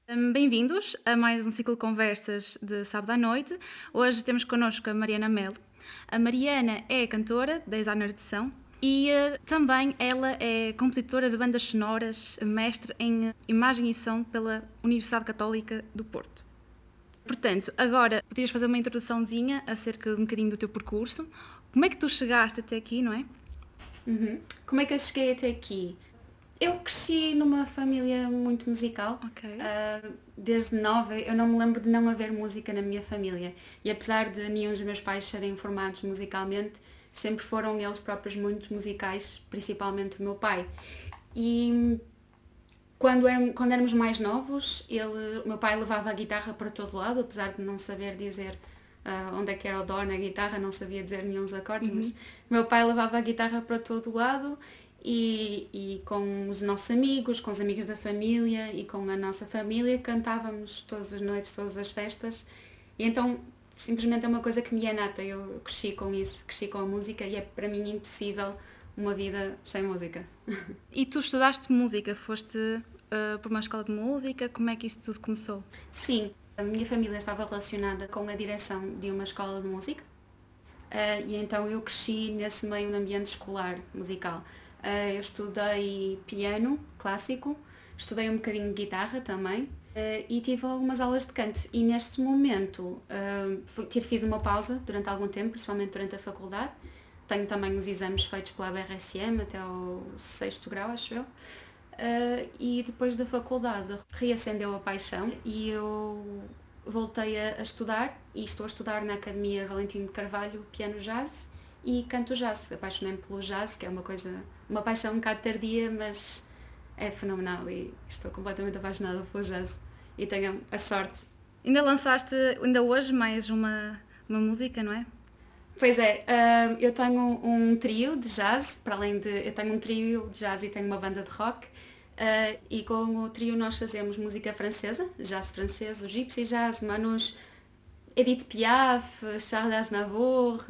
Bem-vindos a mais um ciclo de conversas de sábado à noite. Hoje temos connosco a Mariana Melo. A Mariana é cantora, designer de som e também ela é compositora de bandas sonoras, mestre em imagem e som pela Universidade Católica do Porto. Portanto, agora podias fazer uma introduçãozinha acerca de um bocadinho do teu percurso. Como é que tu chegaste até aqui, não é? Como é que eu cheguei até aqui? Eu cresci numa família muito musical. Ok. Desde nova, eu não me lembro de não haver música na minha família. E apesar de nenhum dos meus pais serem formados musicalmente, sempre foram eles próprios muito musicais, principalmente o meu pai. E quando éramos mais novos, o meu pai levava a guitarra para todo lado, apesar de não saber dizer onde é que era o dó na guitarra, não sabia dizer nenhum dos acordes, mas o meu pai levava a guitarra para todo lado e com os nossos amigos, com os amigos da família e com a nossa família cantávamos todas as noites, todas as festas. E então simplesmente é uma coisa que me é nata, eu cresci com isso, cresci com a música e é para mim impossível uma vida sem música. E tu estudaste música, foste por uma escola de música, como é que isso tudo começou? Sim, a minha família estava relacionada com a direção de uma escola de música e então eu cresci nesse meio de ambiente escolar musical. Eu estudei piano clássico, estudei um bocadinho de guitarra também e tive algumas aulas de canto. E neste momento fiz uma pausa durante algum tempo, principalmente durante a faculdade. Tenho também os exames feitos pela BRSM até ao 6º grau, acho eu. E depois da faculdade reacendeu a paixão e eu voltei a estudar e estou a estudar na Academia Valentim de Carvalho piano jazz e canto jazz. Apaixonei-me pelo jazz, que é uma paixão um bocado tardia, mas é fenomenal e estou completamente apaixonada pelo jazz e tenho a sorte. Ainda lançaste, ainda hoje, mais uma música, não é? Pois é, eu tenho um trio de jazz, para além de... Eu tenho um trio de jazz e tenho uma banda de rock, e com o trio nós fazemos música francesa, jazz francês, o gypsy jazz, Manouche, Edith Piaf, Charles Aznavour,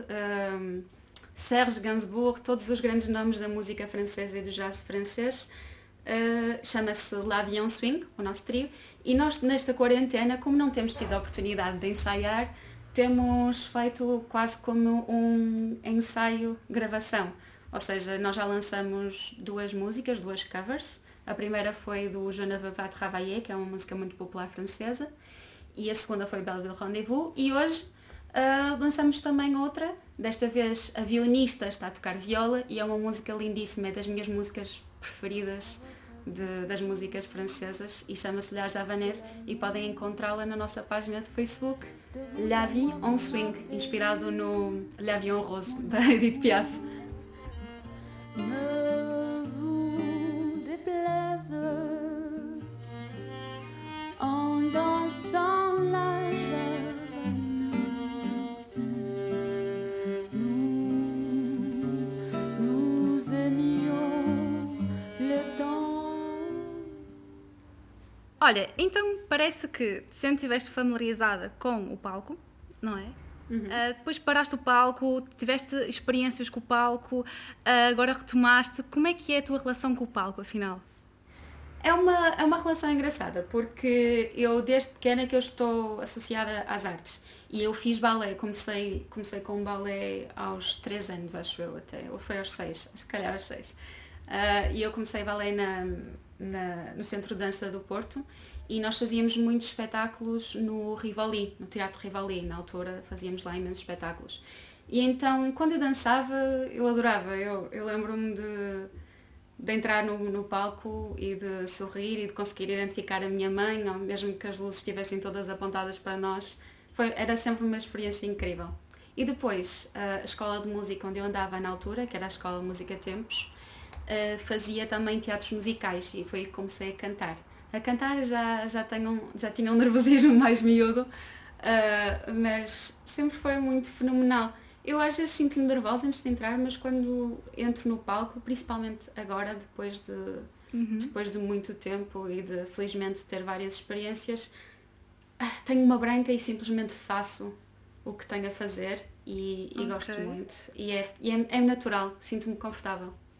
Serge Gainsbourg, todos os grandes nomes da música francesa e do jazz francês. Chama-se L'Avion Swing, o nosso trio, e nós nesta quarentena, como não temos tido a oportunidade de ensaiar, temos feito quase como um ensaio-gravação. Ou seja, nós já lançamos duas músicas, duas covers. A primeira foi do Je ne veux pas travailler, que é uma música muito popular francesa, e a segunda foi Belle de Rendezvous, e hoje lançamos também outra, desta vez a violinista está a tocar viola, e é uma música lindíssima, é das minhas músicas preferidas das músicas francesas, e chama-se La Javanaise, e podem encontrá-la na nossa página de Facebook, La Vie en Swing, inspirado no L'Avion Rose, da Edith Piaf. Ne vous déplaise en dansant la javanaise. Nous aimions le temps. Olha, então parece que sempre estiveste familiarizada com o palco, não é? Depois paraste o palco, tiveste experiências com o palco, agora retomaste. Como é que é a tua relação com o palco, afinal? É uma relação engraçada, porque eu desde pequena que eu estou associada às artes. E eu fiz balé, comecei com balé aos 3 anos, acho eu até, ou foi aos 6, se calhar aos 6. E eu comecei balé no Centro de Dança do Porto e nós fazíamos muitos espetáculos no Rivoli, no Teatro Rivoli, na altura fazíamos lá imensos espetáculos. E então, quando eu dançava, eu adorava, eu lembro-me de entrar no palco e de sorrir e de conseguir identificar a minha mãe, ou mesmo que as luzes estivessem todas apontadas para nós, era sempre uma experiência incrível. E depois, a escola de música onde eu andava na altura, que era a Escola de Música Tempos, fazia também teatros musicais e foi aí que comecei a cantar. A cantar já tinha um nervosismo mais miúdo, mas sempre foi muito fenomenal. Eu às vezes sinto-me nervosa antes de entrar, mas quando entro no palco, principalmente agora, depois de muito tempo e de felizmente ter várias experiências, tenho uma branca e simplesmente faço o que tenho a fazer e gosto muito. E é natural, sinto-me confortável.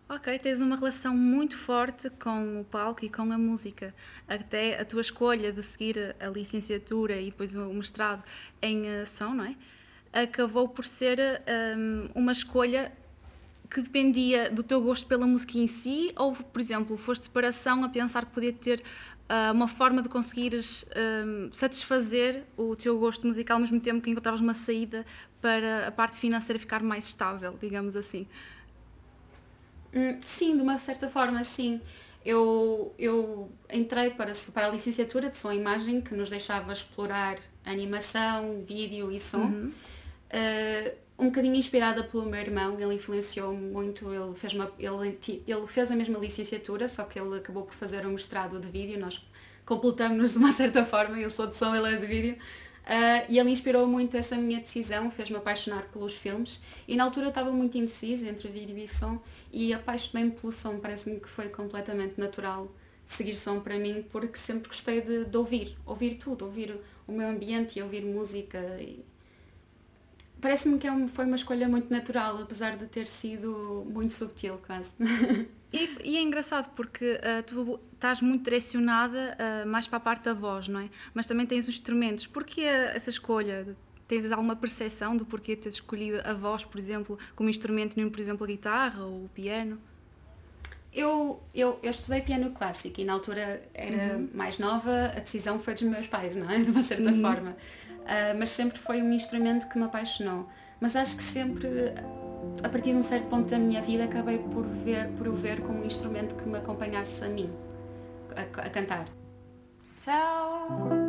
Ok, tens uma relação muito forte com o palco e com a música. Até a tua escolha de seguir a licenciatura e depois o mestrado em som, não é? Acabou por ser uma escolha que dependia do teu gosto pela música em si, ou, por exemplo, foste para ação a pensar que podia ter uma forma de conseguires satisfazer o teu gosto musical ao mesmo tempo que encontravas uma saída para a parte financeira ficar mais estável, digamos assim? Sim, de uma certa forma, sim. Eu entrei para a licenciatura de som e imagem, que nos deixava explorar animação, vídeo e som. Um bocadinho inspirada pelo meu irmão, ele influenciou-me muito, ele fez a mesma licenciatura, só que ele acabou por fazer um mestrado de vídeo, nós completamos-nos de uma certa forma, eu sou de som, ele é de vídeo. E ele inspirou muito essa minha decisão, fez-me apaixonar pelos filmes e na altura eu estava muito indecisa entre vídeo e som e apaixonei-me pelo som, parece-me que foi completamente natural seguir som para mim porque sempre gostei de ouvir tudo, ouvir o meu ambiente e ouvir música. Parece-me que foi uma escolha muito natural, apesar de ter sido muito subtil quase. E é engraçado porque tu estás muito direcionada mais para a parte da voz, não é? Mas também tens os instrumentos. Porquê essa escolha? Tens alguma percepção do porquê teres escolhido a voz, por exemplo, como instrumento, não, por exemplo, a guitarra ou o piano? Eu estudei piano clássico e na altura era mais nova, a decisão foi dos meus pais, não é? De uma certa forma. Mas sempre foi um instrumento que me apaixonou. Mas acho que sempre, a partir de um certo ponto da minha vida, acabei por o ver como um instrumento que me acompanhasse a mim, a cantar. Céu,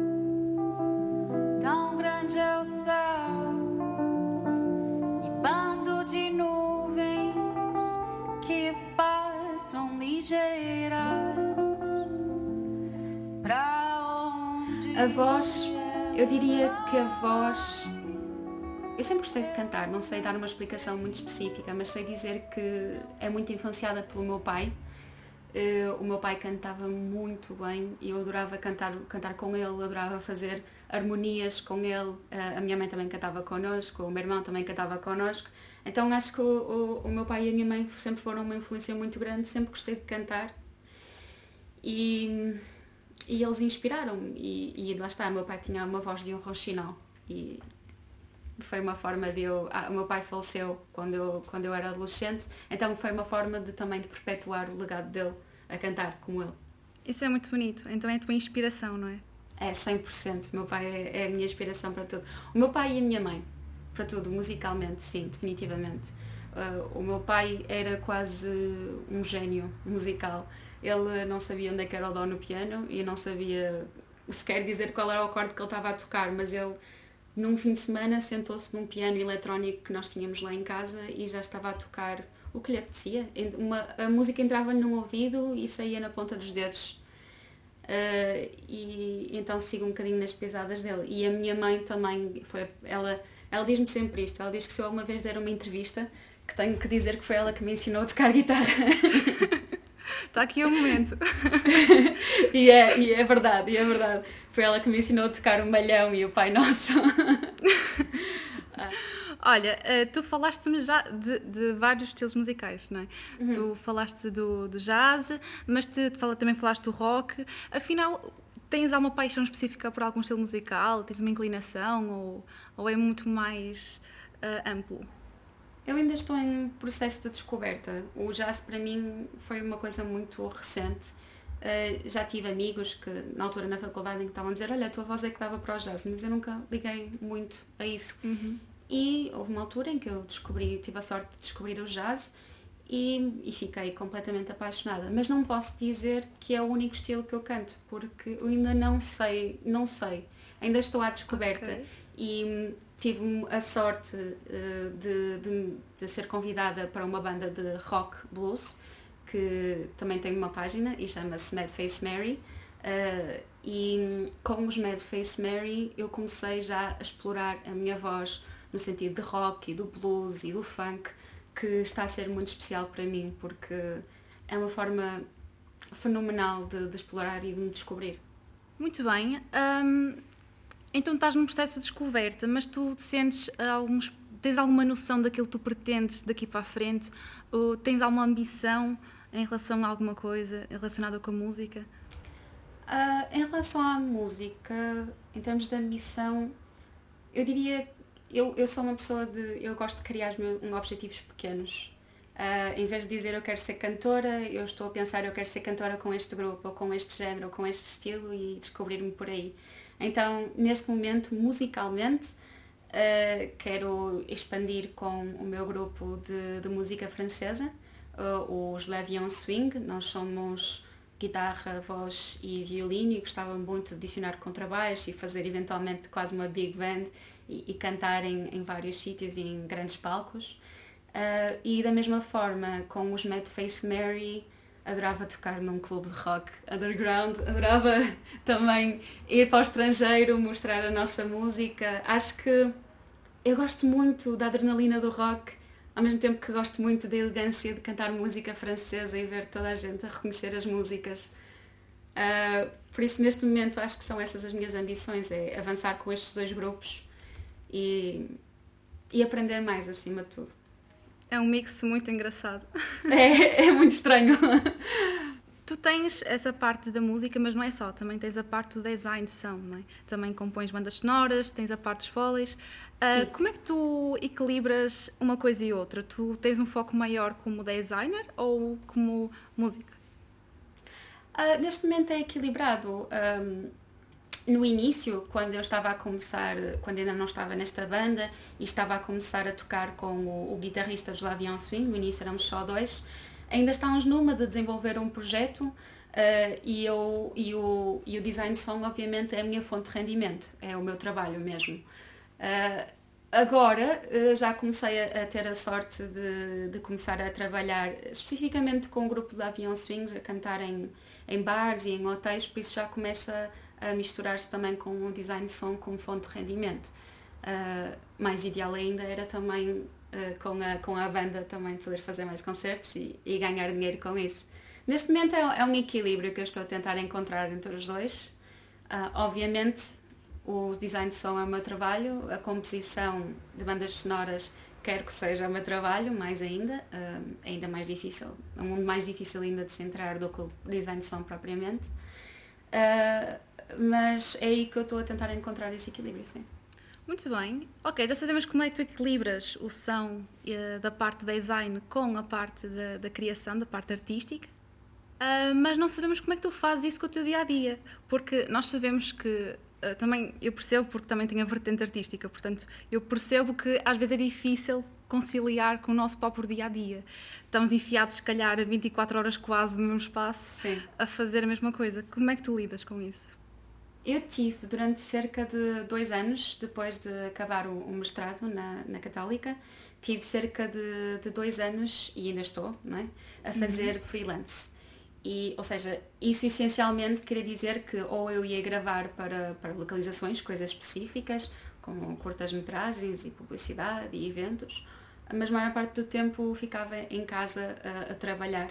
tão grande é o céu e bando de nuvens que passam ligeiras pra onde A voz, eu diria que a voz... Eu sempre gostei de cantar, não sei dar uma explicação muito específica, mas sei dizer que é muito influenciada pelo meu pai. O meu pai cantava muito bem e eu adorava cantar com ele, adorava fazer harmonias com ele. A minha mãe também cantava connosco, o meu irmão também cantava connosco. Então acho que o meu pai e a minha mãe sempre foram uma influência muito grande, sempre gostei de cantar. E eles inspiraram-me e lá está, o meu pai tinha uma voz de um ronchidão e foi uma forma de eu... o meu pai faleceu quando eu era adolescente, então foi uma forma também de perpetuar o legado dele a cantar como ele. Isso é muito bonito, então é a tua inspiração, não é? É 100%, o meu pai é a minha inspiração para tudo. O meu pai e a minha mãe, para tudo, musicalmente, sim, definitivamente. O meu pai era quase um gênio musical. Ele não sabia onde é que era o dó no piano e não sabia sequer dizer qual era o acorde que ele estava a tocar, mas ele, num fim de semana, sentou-se num piano eletrónico que nós tínhamos lá em casa e já estava a tocar o que lhe apetecia. A música entrava-lhe num ouvido e saía na ponta dos dedos. E então sigo um bocadinho nas pisadas dele. E a minha mãe também, ela diz-me sempre isto, ela diz que se eu alguma vez der uma entrevista, que tenho que dizer que foi ela que me ensinou a tocar guitarra. Está aqui o momento. e é verdade. Foi ela que me ensinou a tocar o Malhão e o Pai Nosso. Olha, tu falaste-me já de vários estilos musicais, não é? Tu falaste do jazz, mas também falaste do rock. Afinal, tens alguma paixão específica por algum estilo musical? Tens uma inclinação ou é muito mais amplo? Eu ainda estou em processo de descoberta. O jazz para mim foi uma coisa muito recente. Já tive amigos que na altura na faculdade em que estavam a dizer: olha, a tua voz é que dava para o jazz, mas eu nunca liguei muito a isso. E houve uma altura em que eu tive a sorte de descobrir o jazz e fiquei completamente apaixonada. Mas não posso dizer que é o único estilo que eu canto, porque eu ainda não sei. Ainda estou à descoberta. Okay. E tive a sorte de ser convidada para uma banda de rock blues, que também tem uma página e chama-se Mad Face Mary. E com os Mad Face Mary eu comecei já a explorar a minha voz no sentido de rock e do blues e do funk, que está a ser muito especial para mim, porque é uma forma fenomenal de explorar e de me descobrir. Muito bem. Então estás num processo de descoberta, mas tu sentes alguns tens alguma noção daquilo que tu pretendes daqui para a frente? Ou tens alguma ambição em relação a alguma coisa relacionada com a música? Em relação à música, em termos de ambição, eu diria, eu sou uma pessoa eu gosto de criar os meus objetivos pequenos. Em vez de dizer eu quero ser cantora, eu estou a pensar eu quero ser cantora com este grupo, ou com este género, ou com este estilo e descobrir-me por aí. Então, neste momento, musicalmente, quero expandir com o meu grupo de música francesa, os Levion Swing. Nós somos guitarra, voz e violino e gostava muito de adicionar contrabaixo e fazer eventualmente quase uma big band e cantar em vários sítios e em grandes palcos. E da mesma forma, com os Mad Face Mary, adorava tocar num clube de rock underground, adorava também ir para o estrangeiro, mostrar a nossa música. Acho que eu gosto muito da adrenalina do rock, ao mesmo tempo que gosto muito da elegância de cantar música francesa e ver toda a gente a reconhecer as músicas. Por isso, neste momento, acho que são essas as minhas ambições, é avançar com estes dois grupos e aprender mais, acima de tudo. É um mix muito engraçado. É muito estranho. Tu tens essa parte da música, mas não é só, também tens a parte do design de som, não é? Também compões bandas sonoras, tens a parte dos foleys. Como é que tu equilibras uma coisa e outra? Tu tens um foco maior como designer ou como música? Neste momento é equilibrado. No início, quando eu estava a começar, quando ainda não estava nesta banda e estava a começar a tocar com o guitarrista dos Levion Swing, no início éramos só dois, ainda estávamos numa de desenvolver um projeto e o design de som obviamente é a minha fonte de rendimento, é o meu trabalho mesmo. Agora já comecei a ter a sorte de começar a trabalhar especificamente com o grupo de Levion Swing, a cantar em bares e em hotéis, por isso já começa a misturar-se também com o design de som como fonte de rendimento. Mais ideal ainda era também com a banda também poder fazer mais concertos e ganhar dinheiro com isso. Neste momento é um equilíbrio que eu estou a tentar encontrar entre os dois. Obviamente o design de som é o meu trabalho, a composição de bandas sonoras quero que seja o meu trabalho, mais ainda, ainda mais difícil, é um mundo mais difícil ainda de se entrar do que o design de som propriamente. Mas é aí que eu estou a tentar encontrar esse equilíbrio, sim. Muito bem. Ok, já sabemos como é que tu equilibras o som da parte do design com a parte da criação, da parte artística, mas não sabemos como é que tu fazes isso com o teu dia-a-dia, porque nós sabemos que, também eu percebo porque também tenho a vertente artística, portanto eu percebo que às vezes é difícil conciliar com o nosso próprio dia-a-dia. Estamos enfiados, se calhar, 24 horas quase no mesmo espaço, sim, a fazer a mesma coisa. Como é que tu lidas com isso? Eu tive durante cerca de 2 anos, depois de acabar o mestrado na Católica, tive cerca de 2 anos, e ainda estou, não é, a fazer freelance. Ou seja, isso essencialmente queria dizer que ou eu ia gravar para localizações, coisas específicas, como curtas-metragens e publicidade e eventos, mas a maior parte do tempo ficava em casa a trabalhar.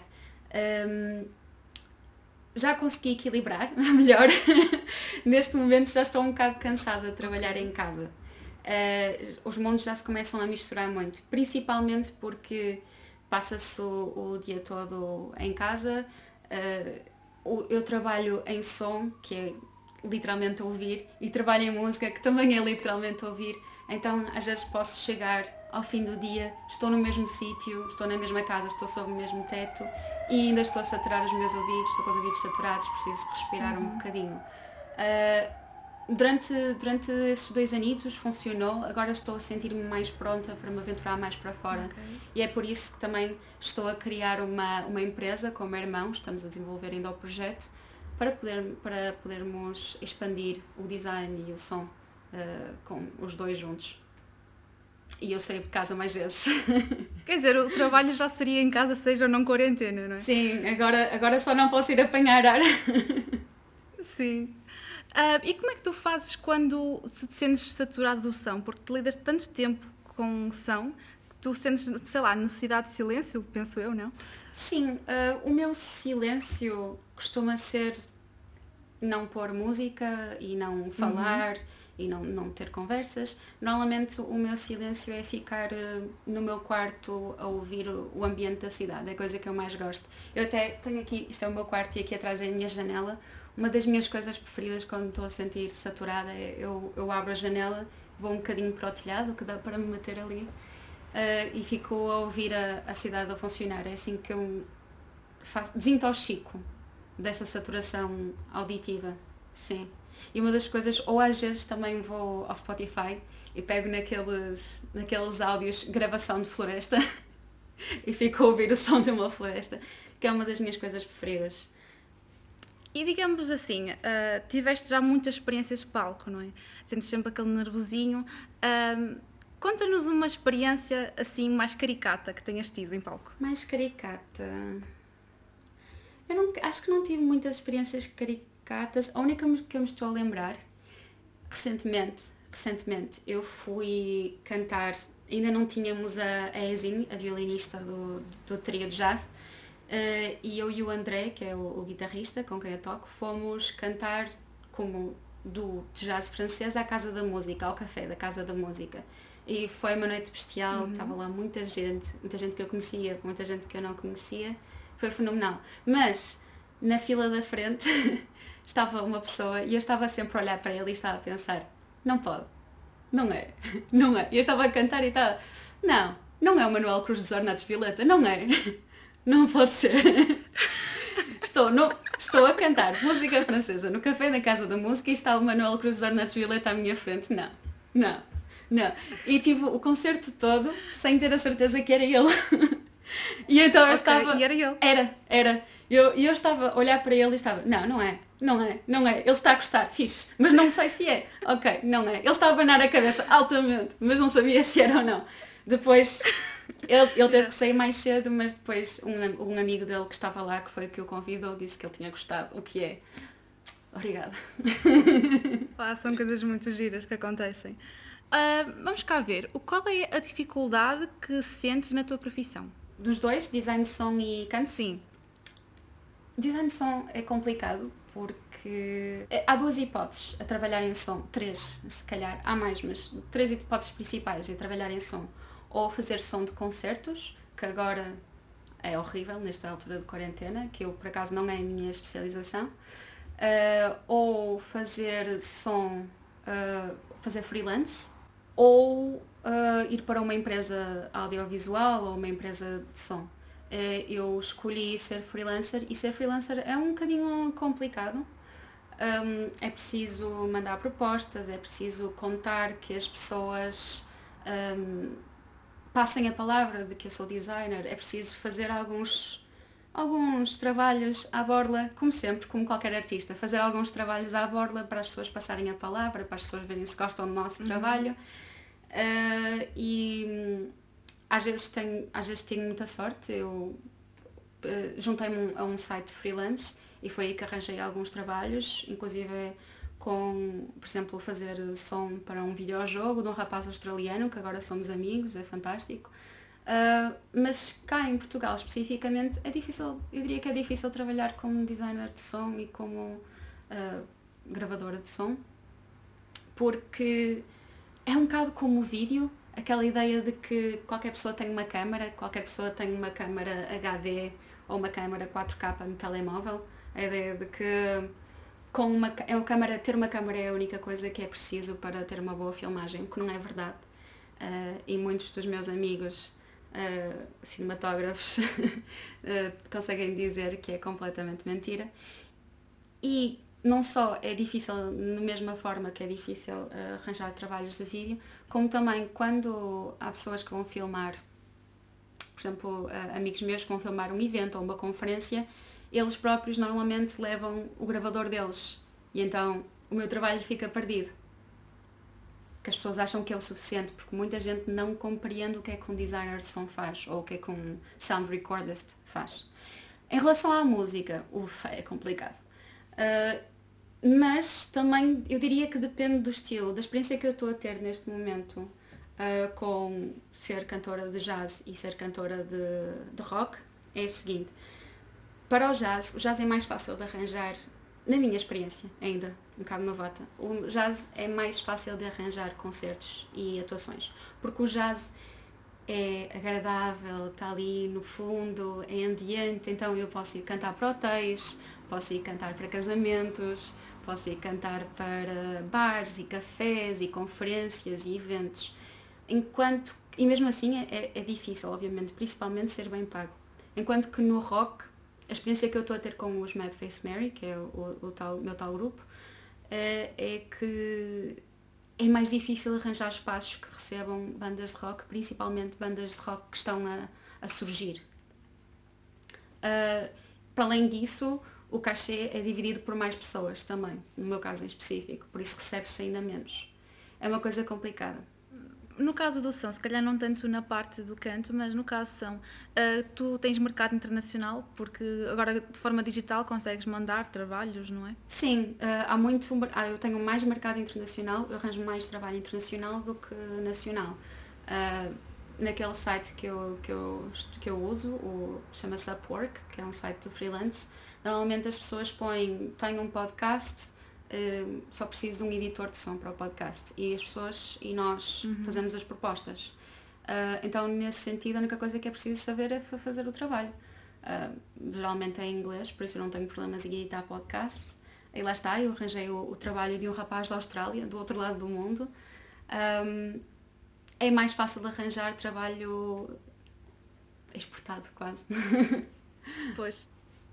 Já consegui equilibrar melhor. Neste momento já estou um bocado cansada de trabalhar em casa. Os mundos já se começam a misturar muito, principalmente porque passa-se o dia todo em casa. Eu trabalho em som, que é literalmente ouvir, e trabalho em música, que também é literalmente ouvir. Então às vezes posso chegar ao fim do dia, estou no mesmo sítio, estou na mesma casa, estou sob o mesmo teto e ainda estou a saturar os meus ouvidos, estou com os ouvidos saturados, preciso respirar um bocadinho. Durante esses 2 anitos funcionou, agora estou a sentir-me mais pronta para me aventurar mais para fora. Okay. E é por isso que também estou a criar uma empresa com o meu irmão, estamos a desenvolver ainda o projeto, para podermos expandir o design e o som com os dois juntos. E eu saio de casa mais vezes. Quer dizer, o trabalho já seria em casa, seja ou não quarentena, não é? Sim, agora só não posso ir apanhar ar. Sim. E como é que tu fazes quando te sentes saturado do som? Porque te lidas tanto tempo com som que tu sentes, sei lá, necessidade de silêncio, penso eu, não? Sim, o meu silêncio costuma ser não pôr música e não falar e não ter conversas. Normalmente o meu silêncio é ficar no meu quarto a ouvir o ambiente da cidade, é a coisa que eu mais gosto. Eu até tenho aqui, isto é o meu quarto e aqui atrás é a minha janela. Uma das minhas coisas preferidas quando estou a sentir saturada é eu abro a janela, vou um bocadinho para o telhado, que dá para me meter ali, e fico a ouvir a cidade a funcionar. É assim que eu desintoxico dessa saturação auditiva, sim. E uma das coisas, ou às vezes também vou ao Spotify e pego naqueles áudios, gravação de floresta, e fico a ouvir o som de uma floresta, que é uma das minhas coisas preferidas. E digamos assim, tiveste já muitas experiências de palco, não é? Sentes sempre aquele nervosinho. Conta-nos uma experiência assim mais caricata que tenhas tido em palco. Mais caricata... acho que não tive muitas experiências caricatas. A única que eu me estou a lembrar, recentemente, eu fui cantar, ainda não tínhamos a Ezin, a violinista do trio de jazz, e eu e o André, que é o guitarrista com quem eu toco, fomos cantar como de jazz francês à Casa da Música, ao café da Casa da Música. E foi uma noite bestial, estava lá muita gente que eu conhecia, muita gente que eu não conhecia. Foi fenomenal. Mas na fila da frente estava uma pessoa e eu estava sempre a olhar para ele e estava a pensar, não pode, não é. E eu estava a cantar e estava, não é o Manuel Cruz dos Ornatos Violeta, não é. Não pode ser. Estou a cantar música francesa no café da Casa da Música e está o Manuel Cruz dos Ornatos Violeta à minha frente. Não. E tive o concerto todo sem ter a certeza que era ele. E então eu estava... E era ele? Era. E eu estava a olhar para ele e estava, não é. Ele está a gostar, fixe, mas não sei se é. Ok, não é. Ele está a abanar a cabeça altamente, mas não sabia se era ou não. Depois, ele teve que sair mais cedo, mas depois um amigo dele que estava lá, que foi o que o convidou, disse que ele tinha gostado, o que é. Obrigada. São coisas muito giras que acontecem. Vamos cá ver, qual é a dificuldade que sentes na tua profissão? Dos dois, design de som e canto? Sim. Design de som é complicado porque há duas hipóteses a trabalhar em som, três se calhar, há mais, mas três hipóteses principais a trabalhar em som. Ou fazer som de concertos, que agora é horrível nesta altura de quarentena, que eu por acaso não é a minha especialização, ou fazer som, fazer freelance, ou ir para uma empresa audiovisual ou uma empresa de som. Eu escolhi ser freelancer e ser freelancer é um bocadinho complicado. É preciso mandar propostas, é preciso contar que as pessoas passem a palavra de que eu sou designer, é preciso fazer alguns trabalhos à borla, como sempre, como qualquer artista, fazer alguns trabalhos à borla para as pessoas passarem a palavra, para as pessoas verem se gostam do nosso trabalho. E às vezes tenho muita sorte. Eu juntei-me a um site freelance e foi aí que arranjei alguns trabalhos, inclusive com, por exemplo, fazer som para um videojogo de um rapaz australiano, que agora somos amigos, é fantástico. Mas cá em Portugal especificamente é difícil, eu diria que é difícil trabalhar como designer de som e como gravadora de som, porque é um bocado como o vídeo, aquela ideia de que qualquer pessoa tem uma câmara HD ou uma câmara 4K no telemóvel, a ideia de que ter uma câmara é a única coisa que é preciso para ter uma boa filmagem, que não é verdade. E muitos dos meus amigos cinematógrafos conseguem dizer que é completamente mentira. E não só é difícil, da mesma forma que é difícil arranjar trabalhos de vídeo, como também quando há pessoas que vão filmar, por exemplo, amigos meus que vão filmar um evento ou uma conferência, eles próprios normalmente levam o gravador deles e então o meu trabalho fica perdido. Que as pessoas acham que é o suficiente, porque muita gente não compreende o que é que um designer de som faz ou o que é que um sound recordist faz. Em relação à música, é complicado. Mas também eu diria que depende do estilo, da experiência que eu estou a ter neste momento com ser cantora de jazz e ser cantora de rock, é a seguinte. Para o jazz é mais fácil de arranjar na minha experiência ainda, um bocado novata, o jazz é mais fácil de arranjar concertos e atuações, porque o jazz é agradável, está ali no fundo, é ambiente, então eu posso ir cantar para hotéis, posso ir cantar para casamentos, posso ir cantar para bares e cafés e conferências e eventos, e mesmo assim é difícil, obviamente, principalmente ser bem pago. Enquanto que no rock, a experiência que eu estou a ter com os Mad Face Mary, que é o meu tal grupo, é que é mais difícil arranjar espaços que recebam bandas de rock, principalmente bandas de rock que estão a surgir. Para além disso, o cachê é dividido por mais pessoas também, no meu caso em específico, por isso recebe-se ainda menos. É uma coisa complicada. No caso do som, se calhar não tanto na parte do canto, mas no caso som, tu tens mercado internacional, porque agora de forma digital consegues mandar trabalhos, não é? Sim, eu tenho mais mercado internacional, eu arranjo mais trabalho internacional do que nacional. Naquele site que eu uso, chama-se Upwork, que é um site de freelance, normalmente as pessoas têm um podcast, só preciso de um editor de som para o podcast e nós fazemos as propostas. Então, nesse sentido, a única coisa que é preciso saber é fazer o trabalho. Geralmente é em inglês, por isso eu não tenho problemas em editar podcasts. E lá está, eu arranjei o trabalho de um rapaz da Austrália, do outro lado do mundo. É mais fácil de arranjar trabalho exportado, quase. Pois.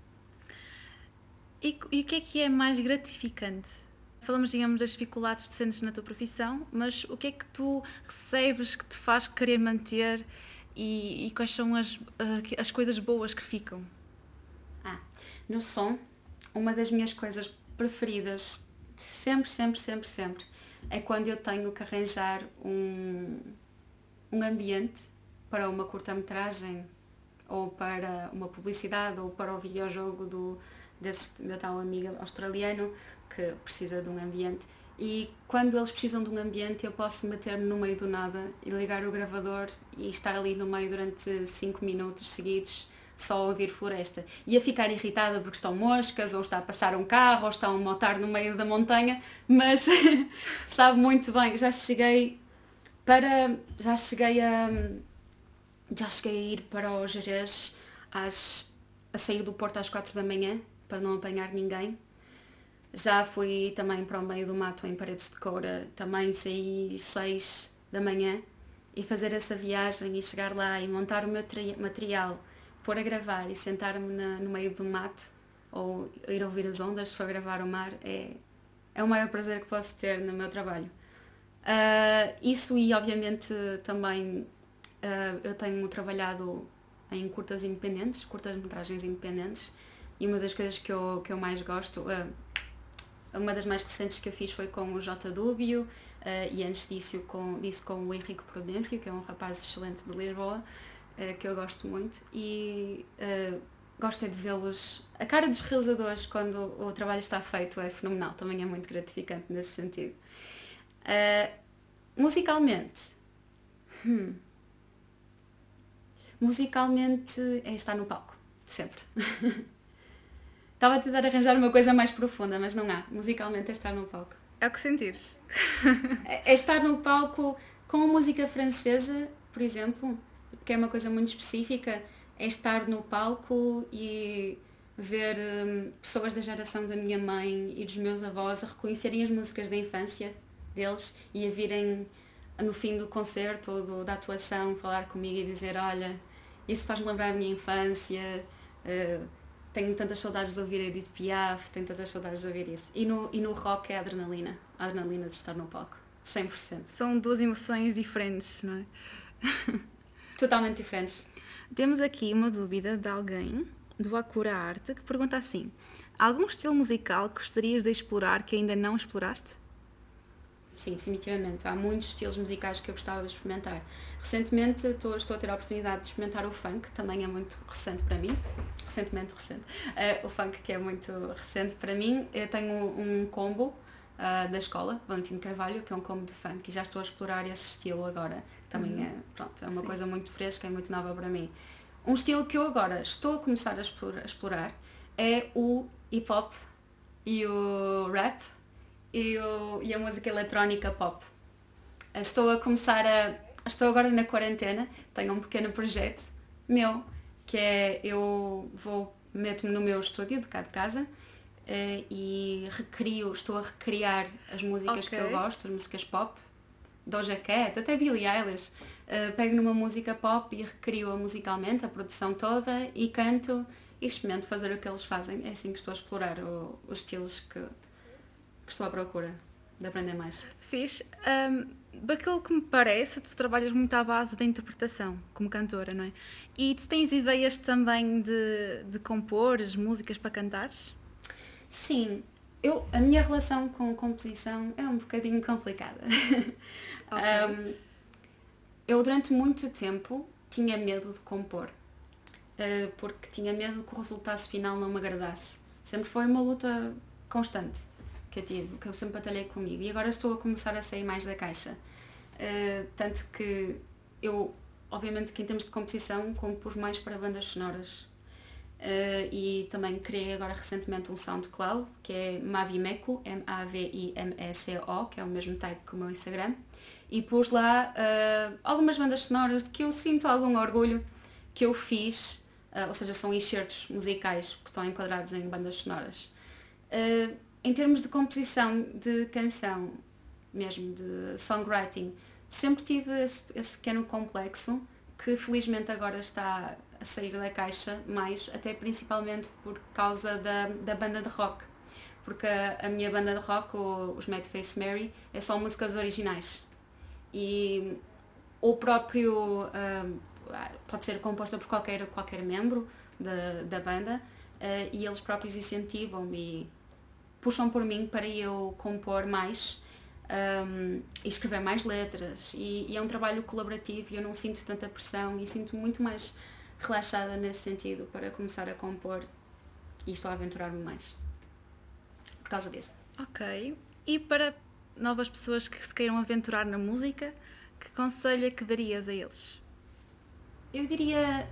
E o que é mais gratificante? Falamos, digamos, das dificuldades que sentes na tua profissão, mas o que é que tu recebes que te faz querer manter e quais são as coisas boas que ficam? No som, uma das minhas coisas preferidas, sempre, é quando eu tenho que arranjar um ambiente para uma curta-metragem, ou para uma publicidade, ou para o videojogo desse meu tal amigo australiano que precisa de um ambiente. E quando eles precisam de um ambiente, eu posso meter-me no meio do nada e ligar o gravador e estar ali no meio durante 5 minutos seguidos só a ouvir floresta. E a ficar irritada porque estão moscas, ou está a passar um carro, ou está um motar no meio da montanha, mas sabe muito bem, já cheguei a ir para o Jerez a sair do Porto às 4 da manhã para não apanhar ninguém. Já fui também para o meio do mato em Paredes de Coura, também saí 6 da manhã e fazer essa viagem e chegar lá e montar o meu material, pôr a gravar e sentar-me no meio do mato ou ir ouvir as ondas se for gravar o mar é o maior prazer que posso ter no meu trabalho. Isso e obviamente também eu tenho trabalhado em curtas-metragens independentes, e uma das coisas que eu mais gosto, uma das mais recentes que eu fiz foi com o J. Dúbio, e antes disso com o Henrique Prudêncio, que é um rapaz excelente de Lisboa, que eu gosto muito, e gosto de vê-los, a cara dos realizadores quando o trabalho está feito é fenomenal, também é muito gratificante nesse sentido. Musicalmente é estar no palco, sempre. Estava a tentar arranjar uma coisa mais profunda, mas não há. Musicalmente é estar no palco. É o que sentires. É estar no palco com a música francesa, por exemplo, que é uma coisa muito específica, é estar no palco e ver pessoas da geração da minha mãe e dos meus avós a reconhecerem as músicas da infância deles e a virem no fim do concerto ou da atuação falar comigo e dizer: olha, isso faz-me lembrar a minha infância, tenho tantas saudades de ouvir Edith Piaf, tenho tantas saudades de ouvir isso. E no rock é a adrenalina de estar no palco, 100%. São duas emoções diferentes, não é? Totalmente diferentes. Temos aqui uma dúvida de alguém, do Acura Arte, que pergunta assim: algum estilo musical que gostarias de explorar que ainda não exploraste? Sim, definitivamente. Há muitos estilos musicais que eu gostava de experimentar. Recentemente estou a ter a oportunidade de experimentar o funk, também é muito recente para mim. Recentemente. O funk, que é muito recente para mim. Eu tenho um combo da escola, Valentim Carvalho, que é um combo de funk, e já estou a explorar esse estilo agora. Também é uma coisa muito fresca e muito nova para mim. Um estilo que eu agora estou a começar a explorar é o hip-hop e o rap e a música eletrónica pop. Estou agora na quarentena, tenho um pequeno projeto meu, que é meto-me no meu estúdio de cá de casa e estou a recriar as músicas que eu gosto, as músicas pop, Doja Cat, até Billie Eilish. Pego numa música pop e recrio-a musicalmente, a produção toda, e canto e experimento fazer o que eles fazem. É assim que estou a explorar os estilos que estou à procura de aprender mais. Fixe. Daquilo que me parece, tu trabalhas muito à base da interpretação, como cantora, não é? E tu tens ideias também de compor as músicas para cantares? Sim, a minha relação com composição é um bocadinho complicada. Ok. Eu durante muito tempo tinha medo de compor, porque tinha medo que o resultado final não me agradasse. Sempre foi uma luta constante que eu tive, que eu sempre batalhei comigo, e agora estou a começar a sair mais da caixa. Tanto que eu, obviamente que em termos de composição, compus mais para bandas sonoras. E também criei agora recentemente um SoundCloud, que é Mavimeco, M-A-V-I-M-E-C-O, que é o mesmo tag que o meu Instagram, e pus lá algumas bandas sonoras de que eu sinto algum orgulho que eu fiz, ou seja, são excertos musicais que estão enquadrados em bandas sonoras. Em termos de composição de canção, mesmo de songwriting, sempre tive esse pequeno complexo que felizmente agora está a sair da caixa, mais até principalmente por causa da banda de rock, porque a minha banda de rock, os Mad Face Mary, é só músicas originais e o próprio pode ser composta por qualquer membro da banda, e eles próprios incentivam-me e puxam por mim para eu compor mais e escrever mais letras, e é um trabalho colaborativo e eu não sinto tanta pressão e sinto muito mais relaxada nesse sentido para começar a compor, e estou a aventurar-me mais por causa disso. Ok. E para novas pessoas que se queiram aventurar na música, que conselho é que darias a eles? Eu diria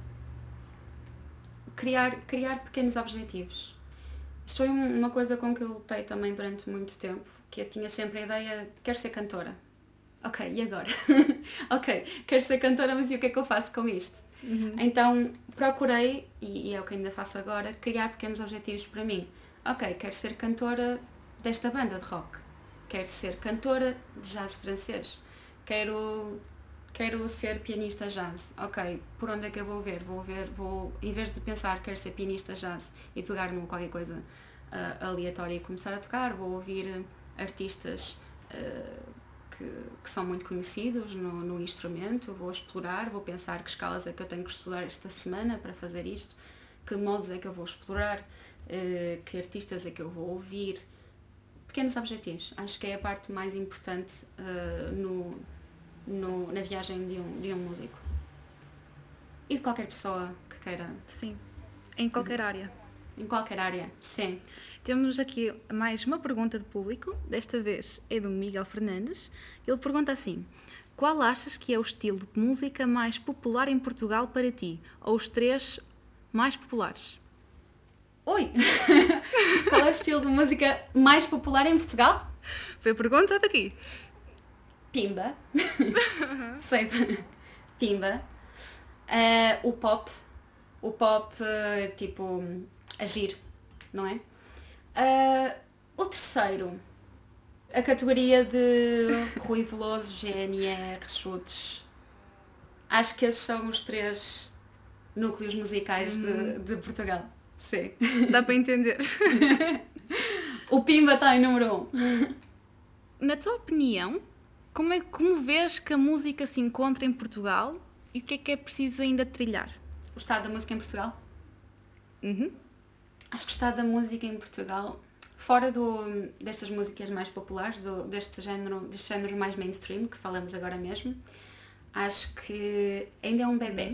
criar pequenos objetivos. Isto foi uma coisa com que eu lutei também durante muito tempo, que eu tinha sempre a ideia, quero ser cantora. Ok, e agora? Ok, quero ser cantora, mas e o que é que eu faço com isto? Então procurei, e é o que ainda faço agora, criar pequenos objetivos para mim. Ok, quero ser cantora desta banda de rock. Quero ser cantora de jazz francês. Quero ser pianista jazz. Ok, por onde é que eu vou ver? Vou, em vez de pensar quero ser pianista jazz e pegar num qualquer coisa aleatória e começar a tocar, vou ouvir artistas que são muito conhecidos no instrumento, vou explorar, vou pensar que escalas é que eu tenho que estudar esta semana para fazer isto, que modos é que eu vou explorar, que artistas é que eu vou ouvir. Pequenos objetivos, acho que é a parte mais importante na viagem de um músico. E de qualquer pessoa que queira. Sim, em qualquer área. Em qualquer área, sim. Temos aqui mais uma pergunta de público, desta vez é do Miguel Fernandes. Ele pergunta assim: qual achas que é o estilo de música mais popular em Portugal para ti? Ou os 3 mais populares? Oi! Qual é o estilo de música mais popular em Portugal? Foi a pergunta daqui. Pimba. Sempre. Pimba. O pop. O pop, tipo, agir, não é? O terceiro, a categoria de Rui Veloso, GNR, Chutes. Acho que esses são os 3 núcleos musicais de Portugal. Sim. Dá para entender. O Pimba está em número 1. Na tua opinião, como vês que a música se encontra em Portugal e o que é preciso ainda trilhar? O estado da música em Portugal? Uhum. Acho que o estado da música em Portugal, fora destas músicas mais populares, destes géneros mais mainstream, que falamos agora mesmo, acho que ainda é um bebê.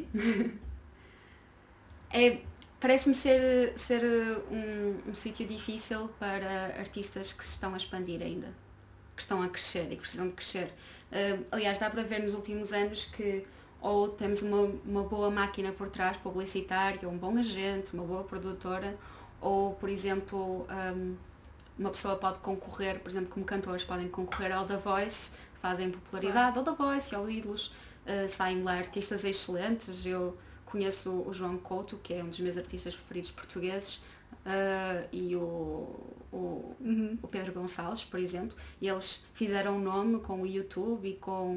Parece-me ser um sítio difícil para artistas que se estão a expandir ainda, que estão a crescer e que precisam de crescer. Aliás, dá para ver nos últimos anos que ou temos uma boa máquina por trás publicitária, um bom agente, uma boa produtora, ou, por exemplo, uma pessoa pode concorrer, por exemplo, como cantores podem concorrer ao The Voice, fazem popularidade, ao The Voice, ao Ídolos, saem lá artistas excelentes. Eu conheço o João Couto, que é um dos meus artistas preferidos portugueses, e o Pedro Gonçalves, por exemplo, e eles fizeram um nome com o YouTube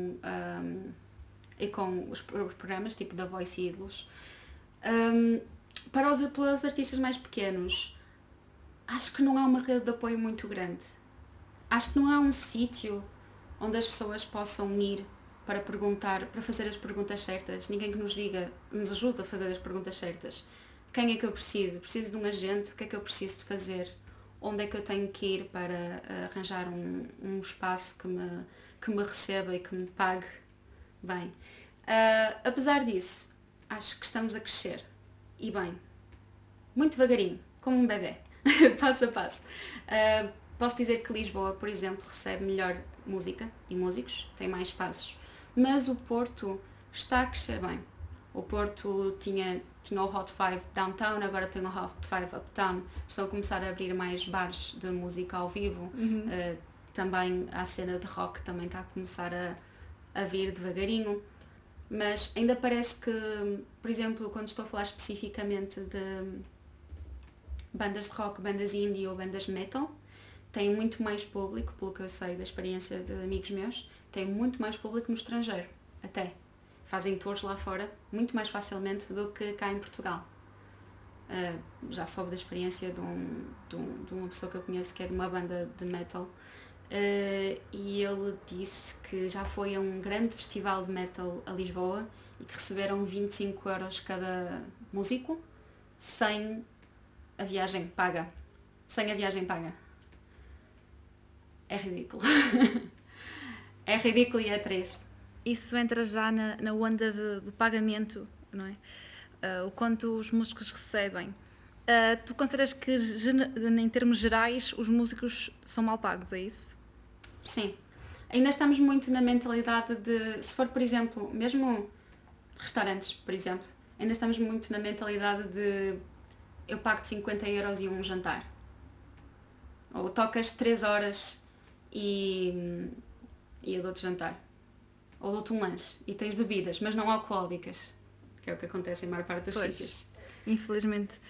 e com os programas tipo The Voice e Ídolos. Para os artistas mais pequenos, acho que não há uma rede de apoio muito grande. Acho que não há um sítio onde as pessoas possam ir para perguntar, para fazer as perguntas certas. Ninguém que nos diga, nos ajude a fazer as perguntas certas. Quem é que eu preciso? Preciso de um agente? O que é que eu preciso de fazer? Onde é que eu tenho que ir para arranjar um espaço que me receba e que me pague bem? Apesar disso, acho que estamos a crescer. E bem, muito devagarinho, como um bebê, passo a passo. Posso dizer que Lisboa, por exemplo, recebe melhor música e músicos, tem mais espaços. Mas o Porto está a crescer bem. O Porto tinha o Hot 5 Downtown, agora tem o Hot 5 Uptown. Estão a começar a abrir mais bares de música ao vivo. Também a cena de rock também está a começar a vir devagarinho. Mas ainda parece que, por exemplo, quando estou a falar especificamente de bandas de rock, bandas indie ou bandas metal, tem muito mais público, pelo que eu sei da experiência de amigos meus, tem muito mais público no estrangeiro, até. Fazem tours lá fora muito mais facilmente do que cá em Portugal. Já soube da experiência de uma pessoa que eu conheço que é de uma banda de metal, e ele disse que já foi a um grande festival de metal a Lisboa e que receberam 25€ cada músico sem a viagem paga. Sem a viagem paga. É ridículo. É ridículo e é triste. Isso entra já na onda de pagamento, não é? O quanto os músicos recebem. Tu consideras que, em termos gerais, os músicos são mal pagos, é isso? Sim. Ainda estamos muito na mentalidade de, se for, por exemplo, mesmo restaurantes, por exemplo, ainda estamos muito na mentalidade de eu pago-te 50€ e um jantar. Ou tocas 3 horas e eu dou-te jantar. Ou dou-te um lanche e tens bebidas, mas não alcoólicas, que é o que acontece em maior parte dos sítios. Infelizmente.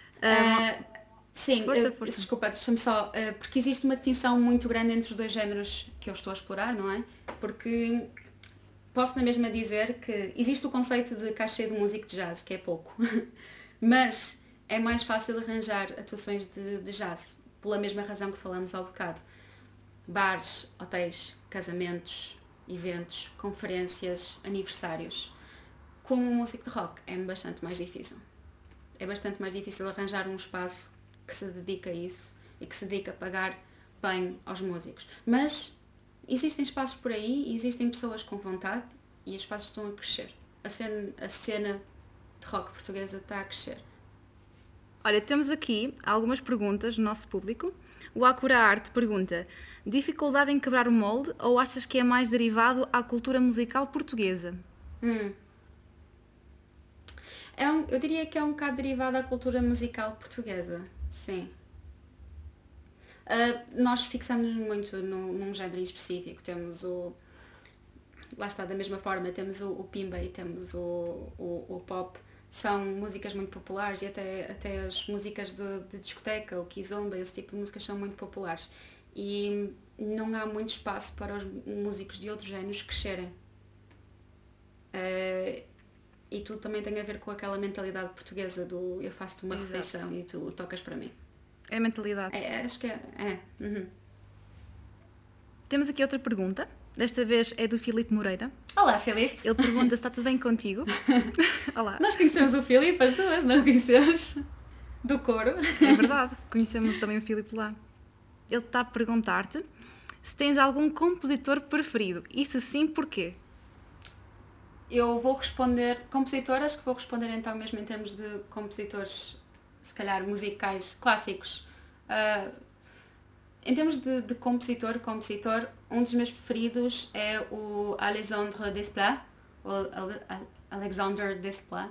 Sim, força. desculpa, deixa-me só, porque existe uma distinção muito grande entre os dois géneros que eu estou a explorar, não é? Porque posso na mesma dizer que existe o conceito de cachê de músico de jazz, que é pouco, mas é mais fácil arranjar atuações de jazz, pela mesma razão que falamos há bocado. Bares, hotéis, casamentos, eventos, conferências, aniversários. Como um músico de rock é bastante mais difícil. É bastante mais difícil arranjar um espaço que se dedica a isso e que se dedica a pagar bem aos músicos. Mas existem espaços por aí, existem pessoas com vontade e os espaços estão a crescer. A cena de rock portuguesa está a crescer. Olha, temos aqui algumas perguntas do nosso público. O Acura Arte pergunta: dificuldade em quebrar o molde ou achas que é mais derivado à cultura musical portuguesa? Eu diria que é um bocado derivado à cultura musical portuguesa, sim. Nós fixamos muito num género específico. Temos lá está, da mesma forma, temos o Pimba e temos o Pop. São músicas muito populares e até as músicas de discoteca, o Kizomba, esse tipo de músicas são muito populares. E não há muito espaço para os músicos de outros géneros crescerem. E tudo também tem a ver com aquela mentalidade portuguesa do eu faço-te uma refeição e tu tocas para mim. É a mentalidade. Acho que é. Temos aqui outra pergunta. Desta vez é do Filipe Moreira. Olá, Filipe. Ele pergunta se está tudo bem contigo. Olá. Nós conhecemos o Filipe, as duas, não conhecemos? Do coro. É verdade, conhecemos também o Filipe lá. Ele está a perguntar-te se tens algum compositor preferido e se sim, porquê? Eu vou responder compositoras, que vou responder então mesmo em termos de compositores, se calhar musicais clássicos. Em termos de compositor, um dos meus preferidos é o Alexandre Desplat, Alexander Desplat.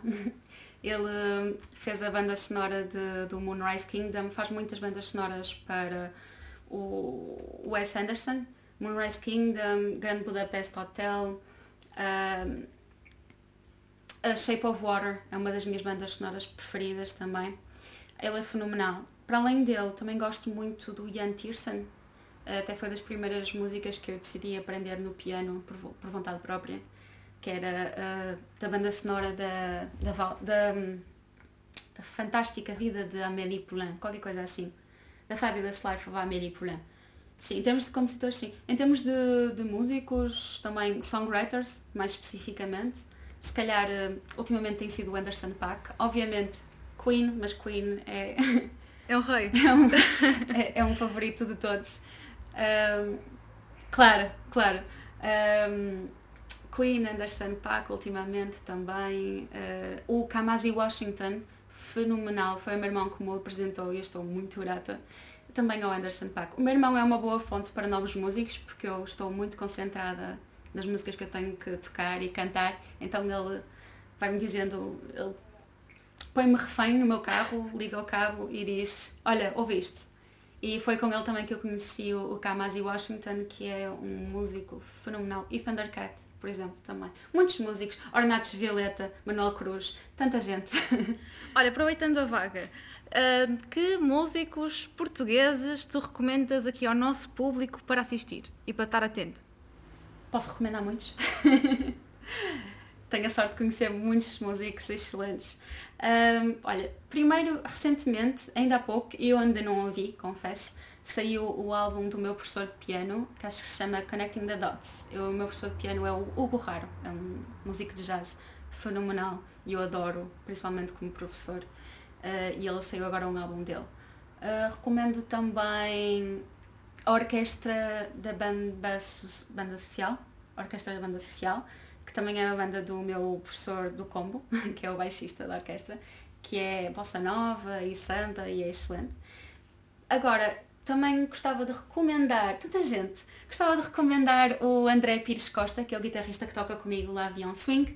Ele fez a banda sonora do Moonrise Kingdom, faz muitas bandas sonoras para o Wes Anderson, Moonrise Kingdom, Grand Budapest Hotel, a Shape of Water é uma das minhas bandas sonoras preferidas também. Ele é fenomenal. Para além dele, também gosto muito do Jan Tiersen. Até foi das primeiras músicas que eu decidi aprender no piano por vontade própria, que era da banda sonora da Fantástica Vida de Amélie Poulain, qualquer coisa assim. The Fabulous Life of Amélie Poulain. Sim, em termos de compositores, sim. Em termos de músicos, também songwriters, mais especificamente. Se calhar, ultimamente tem sido o Anderson .Paak. Obviamente, Queen, mas Queen é... É um rei. é um favorito de todos. Claro. Queen, Anderson .Paak, ultimamente também. O Kamasi Washington, fenomenal. Foi o meu irmão que me apresentou e eu estou muito grata. Também ao Anderson .Paak. O meu irmão é uma boa fonte para novos músicos, porque eu estou muito concentrada nas músicas que eu tenho que tocar e cantar, então ele vai-me dizendo, ele põe-me refém no meu carro, liga o cabo e diz, olha, ouviste? E foi com ele também que eu conheci o Kamasi Washington, que é um músico fenomenal, e Thundercat, por exemplo, também. Muitos músicos, Ornatos Violeta, Manuel Cruz, tanta gente. Olha, aproveitando a vaga, que músicos portugueses tu recomendas aqui ao nosso público para assistir e para estar atento? Posso recomendar muitos? Tenho a sorte de conhecer muitos músicos excelentes. Olha, primeiro, recentemente, ainda há pouco, eu ainda não ouvi, confesso, saiu o álbum do meu professor de piano, que acho que se chama Connecting the Dots. O meu professor de piano é o Hugo Raro, é um músico de jazz fenomenal e eu adoro, principalmente como professor. E ele saiu agora um álbum dele. Recomendo também a Orquestra da Banda Social, Orquestra da Banda Social, que também é a banda do meu professor do combo, que é o baixista da orquestra, que é bossa nova e samba e é excelente. Agora, também gostava de recomendar, tanta gente, gostava de recomendar o André Pires Costa, que é o guitarrista que toca comigo lá Avião Swing,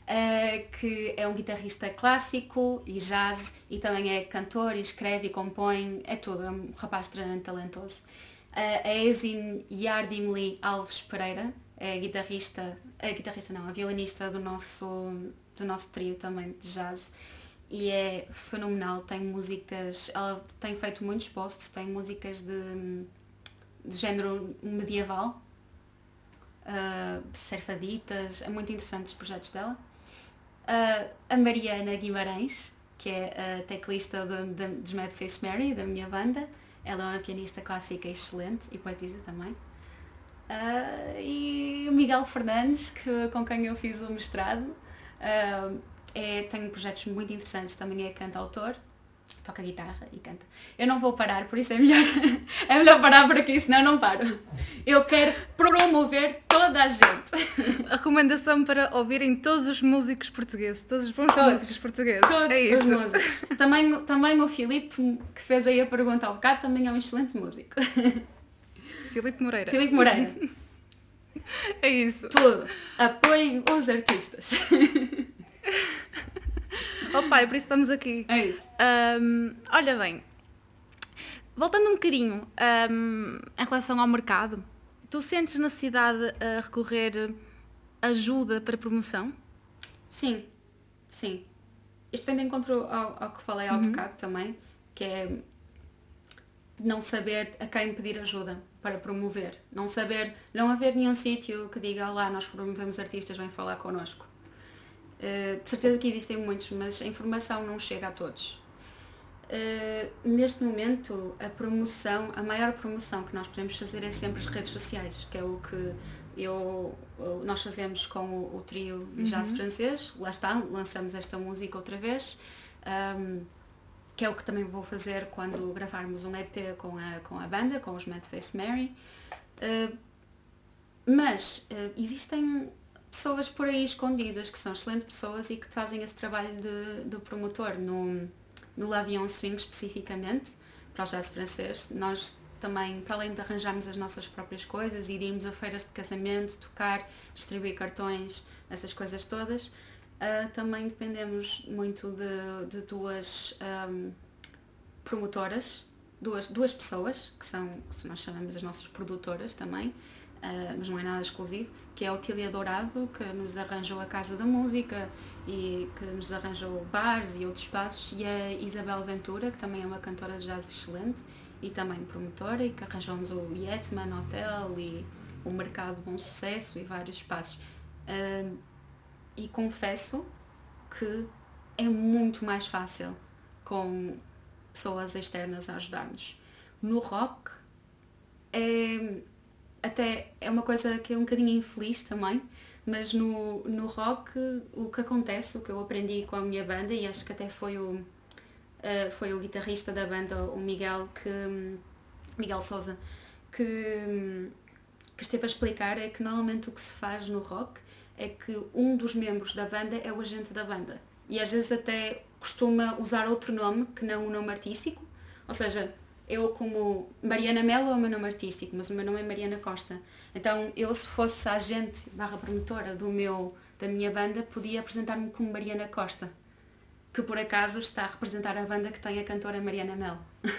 que é um guitarrista clássico e jazz e também é cantor e escreve e compõe, é tudo, é um rapaz extremamente talentoso. A Ezin Yardimli Alves Pereira é a violinista do nosso trio também de jazz e é fenomenal, tem músicas, ela tem feito muitos posts, tem músicas de género medieval, serfaditas, é muito interessante os projetos dela. A Mariana Guimarães, que é a teclista dos Mad Face Mary, da minha banda, ela é uma pianista clássica excelente e poetisa também. E o Miguel Fernandes, com quem eu fiz o mestrado, tem projetos muito interessantes, também é cantautor, toca guitarra e canta. Eu não vou parar, por isso é melhor parar por aqui, senão não paro. Eu quero promover toda a gente. A recomendação para ouvirem todos os músicos portugueses, todos os bons músicos portugueses. Todos é isso. os músicos. Também o Filipe, que fez aí a pergunta ao bocado, também é um excelente músico. Filipe Moreira. É isso. Tudo. Apoiem os artistas. Opa, é por isso que estamos aqui. É isso. Olha bem, voltando um bocadinho em relação ao mercado, tu sentes necessidade a recorrer a ajuda para promoção? Sim. Isto vem de encontro ao que falei há bocado também, que é não saber a quem pedir ajuda para promover. Não haver nenhum sítio que diga, lá, nós promovemos artistas, vem falar connosco. De certeza que existem muitos, mas a informação não chega a todos. Neste momento, a maior promoção que nós podemos fazer é sempre as redes sociais, que é o que nós fazemos com o trio de jazz francês. Lá está, lançamos esta música outra vez, que é o que também vou fazer quando gravarmos um EP com a banda, com os Mad Face Mary. Mas existem pessoas por aí escondidas que são excelentes pessoas e que fazem esse trabalho de promotor no L'Avion Swing especificamente para o jazz francês. Nós também, para além de arranjarmos as nossas próprias coisas, iríamos a feiras de casamento, tocar, distribuir cartões, essas coisas todas, também dependemos muito de duas promotoras duas pessoas, que nós chamamos as nossas produtoras também, mas não é nada exclusivo, que é a Otília Dourado, que nos arranjou a Casa da Música e que nos arranjou bares e outros espaços, e a Isabel Ventura, que também é uma cantora de jazz excelente e também promotora, e que arranjou-nos o Yetman Hotel e o Mercado Bom Sucesso e vários espaços. E confesso que é muito mais fácil com pessoas externas a ajudar-nos. No rock até é uma coisa que é um bocadinho infeliz também, mas no rock o que acontece, o que eu aprendi com a minha banda, e acho que até foi o guitarrista da banda, o Miguel Sousa, que esteve a explicar, é que normalmente o que se faz no rock é que um dos membros da banda é o agente da banda, e às vezes até costuma usar outro nome que não o nome artístico, ou seja, eu como Mariana Melo é o meu nome artístico, mas o meu nome é Mariana Costa. Então eu, se fosse a agente / promotora da minha banda, podia apresentar-me como Mariana Costa, que por acaso está a representar a banda que tem a cantora Mariana Melo.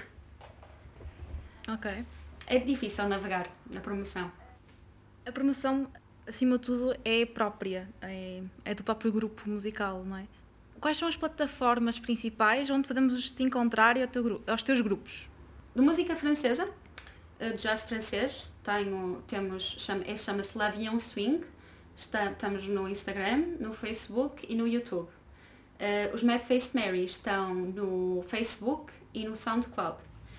Ok. É difícil navegar na promoção. A promoção, acima de tudo, é própria, é do próprio grupo musical, não é? Quais são as plataformas principais onde podemos te encontrar e aos teus grupos? De música francesa, de jazz francês, chama-se L'Avion Swing. Estamos no Instagram, no Facebook e no YouTube. Os Mad Faced Mary estão no Facebook e no SoundCloud.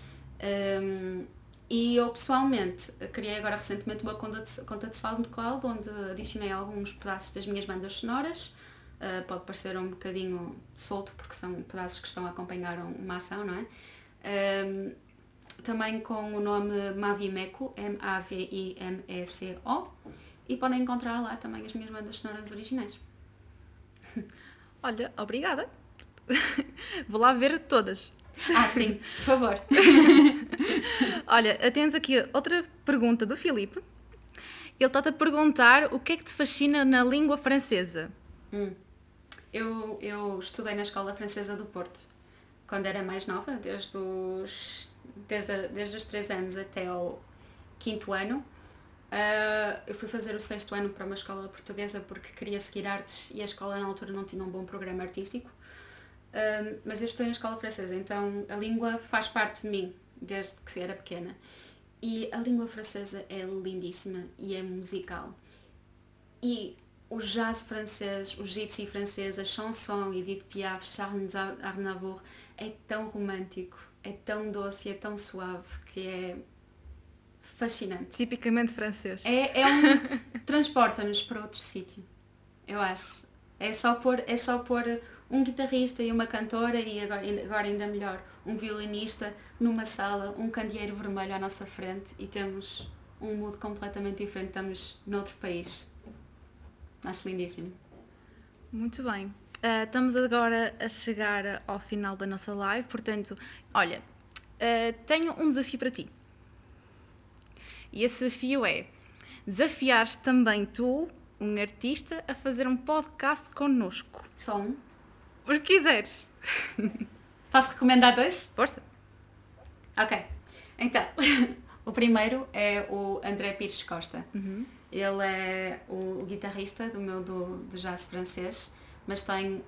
E eu pessoalmente criei agora recentemente uma conta de SoundCloud, onde adicionei alguns pedaços das minhas bandas sonoras. Pode parecer um bocadinho solto, porque são pedaços que estão a acompanhar uma ação, não é? Também com o nome Mavimeco, Mavimeco, e podem encontrar lá também as minhas bandas sonoras originais. Olha, obrigada. Vou lá ver todas. Sim, por favor. Olha, temos aqui outra pergunta do Filipe. Ele está-te a perguntar o que é que te fascina na língua francesa. Eu estudei na Escola Francesa do Porto, quando era mais nova, desde os 3 anos até ao 5º ano. Eu fui fazer o 6º ano para uma escola portuguesa porque queria seguir artes e a escola na altura não tinha um bom programa artístico. Mas eu estou na escola francesa, então a língua faz parte de mim desde que era pequena. E a língua francesa é lindíssima e é musical. E o jazz francês, o gypsy francês, a chanson, Edith Piaf, Charles Aznavour, é tão romântico, é tão doce, é tão suave, que é fascinante. Tipicamente francês. Transporta-nos para outro sítio, eu acho. É só pôr um guitarrista e uma cantora, e agora ainda melhor, um violinista numa sala, um candeeiro vermelho à nossa frente, e temos um mood completamente diferente, estamos noutro país. Acho lindíssimo. Muito bem. Estamos agora a chegar ao final da nossa live, portanto, olha, tenho um desafio para ti. E esse desafio é desafiares também tu, um artista, a fazer um podcast connosco. Só um? O que quiseres. Posso recomendar 2? Força. Ok. Então, o primeiro é o André Pires Costa. Ele é o guitarrista do jazz francês, mas teve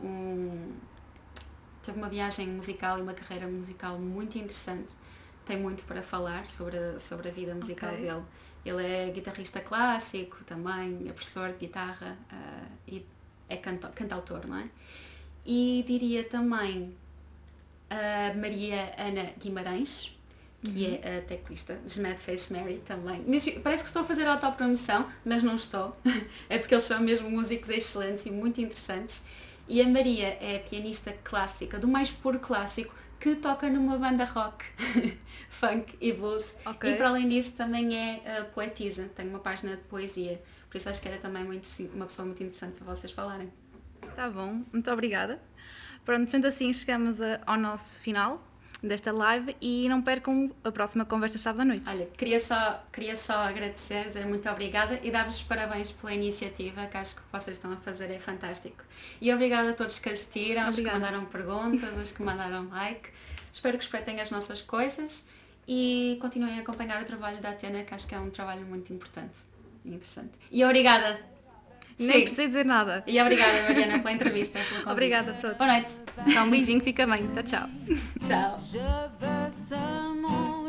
uma viagem musical e uma carreira musical muito interessante. Tem muito para falar sobre a vida musical dele. Ele é guitarrista clássico também, é professor de guitarra e é cantautor, não é? E diria também a Maria Ana Guimarães, que é a teclista de Mad Faced Mary também. Parece que estou a fazer autopromoção, mas não estou. É porque eles são mesmo músicos excelentes e muito interessantes. E a Maria é pianista clássica, do mais puro clássico, que toca numa banda rock, funk e blues. E para além disso também é poetisa, tem uma página de poesia. Por isso acho que era também uma pessoa muito interessante para vocês falarem. Tá bom, muito obrigada. Pronto, sendo assim, chegamos ao nosso final desta live e não percam a próxima conversa sábado à noite. Olha, queria só agradecer, dizer muito obrigada e dar-vos parabéns pela iniciativa, que acho que vocês estão a fazer é fantástico. E obrigada a todos que assistiram, aos que mandaram perguntas, aos que mandaram like. Espero que respeitem as nossas coisas e continuem a acompanhar o trabalho da Atena, que acho que é um trabalho muito importante e interessante. E obrigada! Nem Sim. preciso dizer nada. E obrigada, Mariana, pela entrevista. Pelo convite. Obrigada a todos. Boa noite. Então, um beijinho, fica bem. Tchau, tchau. Tchau. Je veux ce monde